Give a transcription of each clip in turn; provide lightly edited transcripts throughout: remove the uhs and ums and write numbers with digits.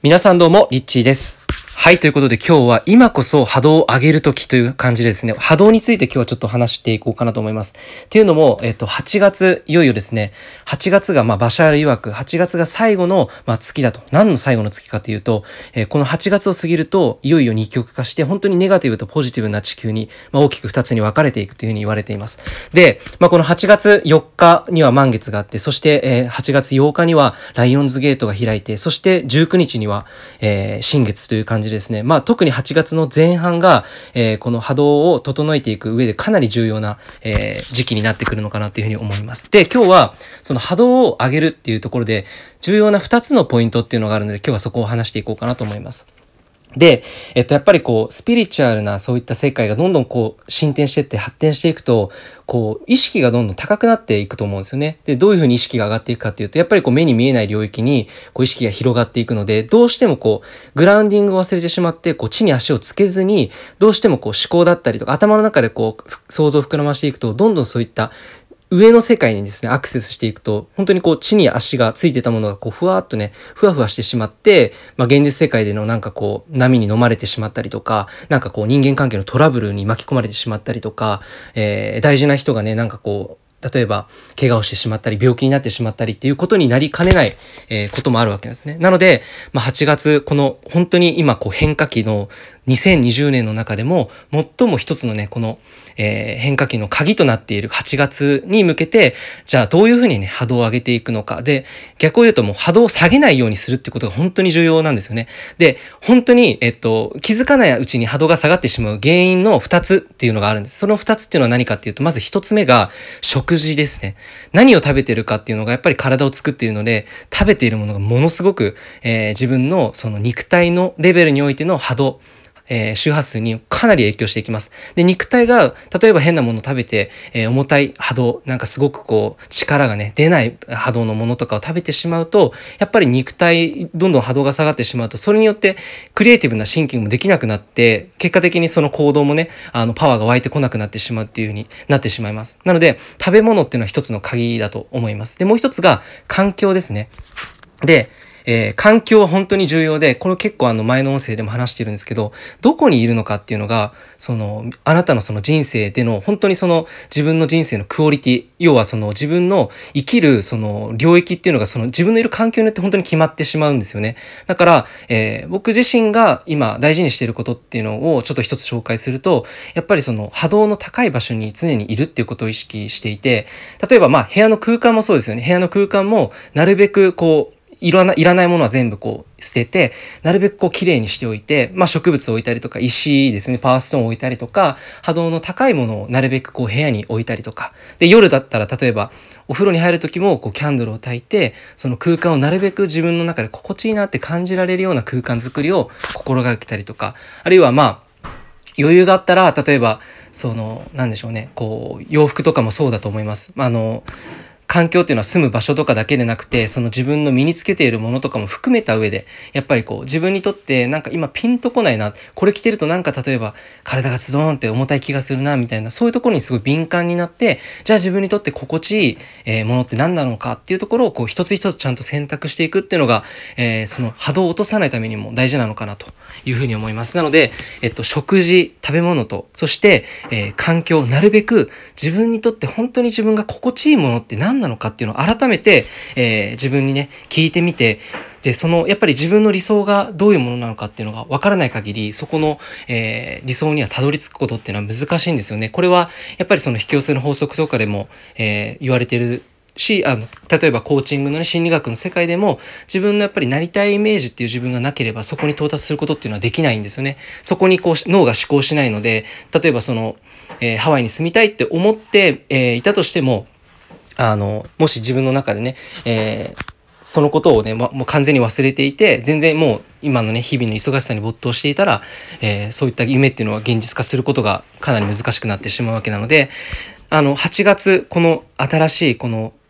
皆さんどうも、リッチーです。はい、ということで今日は今こそ波動を上げるときという感じでですね、波動について今日はちょっと話していこうかなと思います。っていうのも、8月、いよいよですね、8月がバシャール曰く、8月が最後の月だと。何の最後の月かというと、この8月を過ぎると、いよいよ二極化して、本当にネガティブとポジティブな地球に、大きく2つに分かれていくというふうに言われています。で、この8月4日には満月があって、そして、8月8日にはライオンズゲートが開いて、そして19日には、新月という感じですね。特に8月の前半が、この波動を整えていく上でかなり重要な、時期になってくるのかなというふうに思います。で、今日はその波動を上げるっていうところで重要な2つのポイントっていうのがあるので、今日はそこを話していこうかなと思います。で、やっぱりスピリチュアルなそういった世界がどんどん進展していって発展していくと、意識がどんどん高くなっていくと思うんですよね。で、どういうふうに意識が上がっていくかっていうと、やっぱり目に見えない領域に意識が広がっていくので、どうしてもグラウンディングを忘れてしまって、地に足をつけずに、どうしても思考だったりとか、頭の中で想像を膨らましていくと、どんどんそういった上の世界にですね、アクセスしていくと、本当に地に足がついてたものがふわっとね、ふわふわしてしまって、現実世界での波に飲まれてしまったりとか、人間関係のトラブルに巻き込まれてしまったりとか、大事な人がね、例えば怪我をしてしまったり病気になってしまったりっていうことになりかねない、こともあるわけですね。なので、8月この本当に今変化期の2020年の中でも最も一つのねこの、変化期の鍵となっている8月に向けて、じゃあどういうふうにね波動を上げていくのかで、逆を言うともう波動を下げないようにするってことが本当に重要なんですよね。で、本当に気づかないうちに波動が下がってしまう原因の2つっていうのがあるんです。その2つっていうのは何かっていうと、まず1つ目が食事ですね。何を食べてるかっていうのがやっぱり体を作っているので、食べているものがものすごく、自分のその肉体のレベルにおいての波動、周波数にかなり影響していきます。で、肉体が例えば変なものを食べて、重たい波動、すごく力がね出ない波動のものとかを食べてしまうと、やっぱり肉体どんどん波動が下がってしまうと、それによってクリエイティブなシンキングもできなくなって、結果的にその行動もねパワーが湧いてこなくなってしまうっていう風になってしまいます。なので食べ物っていうのは一つの鍵だと思います。で、もう一つが環境ですね。で、環境は本当に重要で、これ結構前の音声でも話しているんですけど、どこにいるのかっていうのが、あなたのその人生での、本当に自分の人生のクオリティ、要は自分の生きる領域っていうのが自分のいる環境によって本当に決まってしまうんですよね。だから、僕自身が今大事にしていることっていうのをちょっと一つ紹介すると、やっぱり波動の高い場所に常にいるっていうことを意識していて、例えば部屋の空間もそうですよね。部屋の空間もなるべくいらないものは全部捨てて、なるべく綺麗にしておいて、植物を置いたりとか、石ですね、パワーストーンを置いたりとか、波動の高いものをなるべく部屋に置いたりとか。で、夜だったら例えばお風呂に入る時もキャンドルを焚いて、その空間をなるべく自分の中で心地いいなって感じられるような空間づくりを心がけたりとか、あるいは余裕があったら、例えばなんでしょうね、洋服とかもそうだと思います。環境っていうのは住む場所とかだけでなくて、自分の身につけているものとかも含めた上で、やっぱり自分にとって今ピンとこないな、これ着てると例えば体がズドーンって重たい気がするなみたいな、そういうところにすごい敏感になって、じゃあ自分にとって心地いいものって何なのかっていうところを一つ一つちゃんと選択していくっていうのが、その波動を落とさないためにも大事なのかなというふうに思います。なので、食事、食べ物と、そして、環境、なるべく自分にとって本当に自分が心地いいものって何なのかっていうのを改めて、自分にね聞いてみて、でやっぱり自分の理想がどういうものなのかっていうのが分からない限り、そこの、理想にはたどり着くことっていうのは難しいんですよね。これはやっぱり引き寄せの法則とかでも、言われているし、例えばコーチングのね、心理学の世界でも、自分のやっぱりなりたいイメージっていう自分がなければ、そこに到達することっていうのはできないんですよね。そこに脳が思考しないので、例えばハワイに住みたいって思って、いたとしても、もし自分の中でね、そのことをね、もう完全に忘れていて、全然もう今のね、日々の忙しさに没頭していたら、そういった夢っていうのは現実化することがかなり難しくなってしまうわけなので、8月、この新しいこの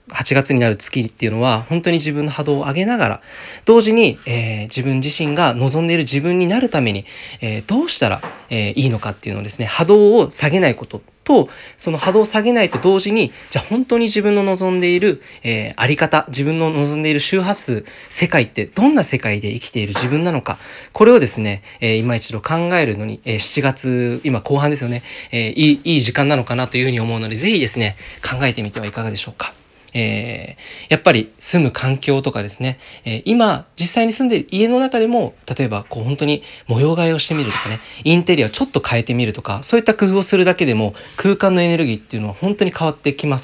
8月になる月っていうのは本当に自分の波動を上げながら、同時に、自分自身が望んでいる自分になるために、どうしたら、いいのかっていうのをですね、波動を下げないことと、その波動を下げないと同時に、じゃあ本当に自分の望んでいる、あり方、自分の望んでいる周波数、世界ってどんな世界で生きている自分なのか、これをですね、今一度考えるのに、7月、今後半ですよね、いい時間なのかなというふうに思うので、ぜひですね、考えてみてはいかがでしょうか。やっぱり住む環境とかですね、今実際に住んでいる家の中でも、例えばこう本当に模様替えをしてみるとかね、インテリアをちょっと変えてみるとか、そういった工夫をするだけでも空間のエネルギーっていうのは本当に変わってきます。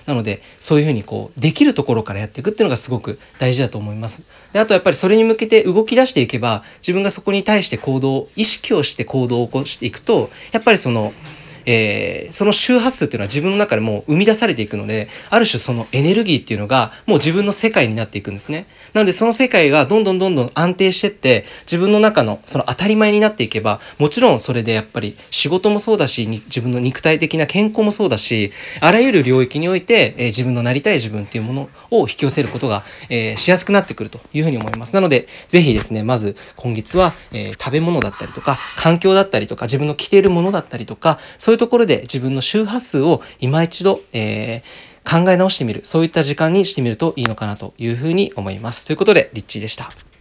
なのでそういうふうにこうできるところからやっていくっていうのがすごく大事だと思います。で、あとやっぱりそれに向けて動き出していけば、自分がそこに対して意識をして行動を起こしていくと、やっぱりその周波数っていうのは自分の中でも生み出されていくので、ある種そのエネルギーっていうのがもう自分の世界になっていくんですね。なのでその世界がどんどん安定してって、自分の中のその当たり前になっていけば、もちろんそれでやっぱり仕事もそうだし、自分の肉体的な健康もそうだし、あらゆる領域において、自分のなりたい自分っていうものを引き寄せることが、しやすくなってくるというふうに思います。なのでぜひですね、まず今月は、食べ物だったりとか環境だったりとか自分の着ているものだったりとか、そういうところで自分の周波数を今一度、考え直してみる、そういった時間にしてみるといいのかなというふうに思います。ということで、リッチーでした。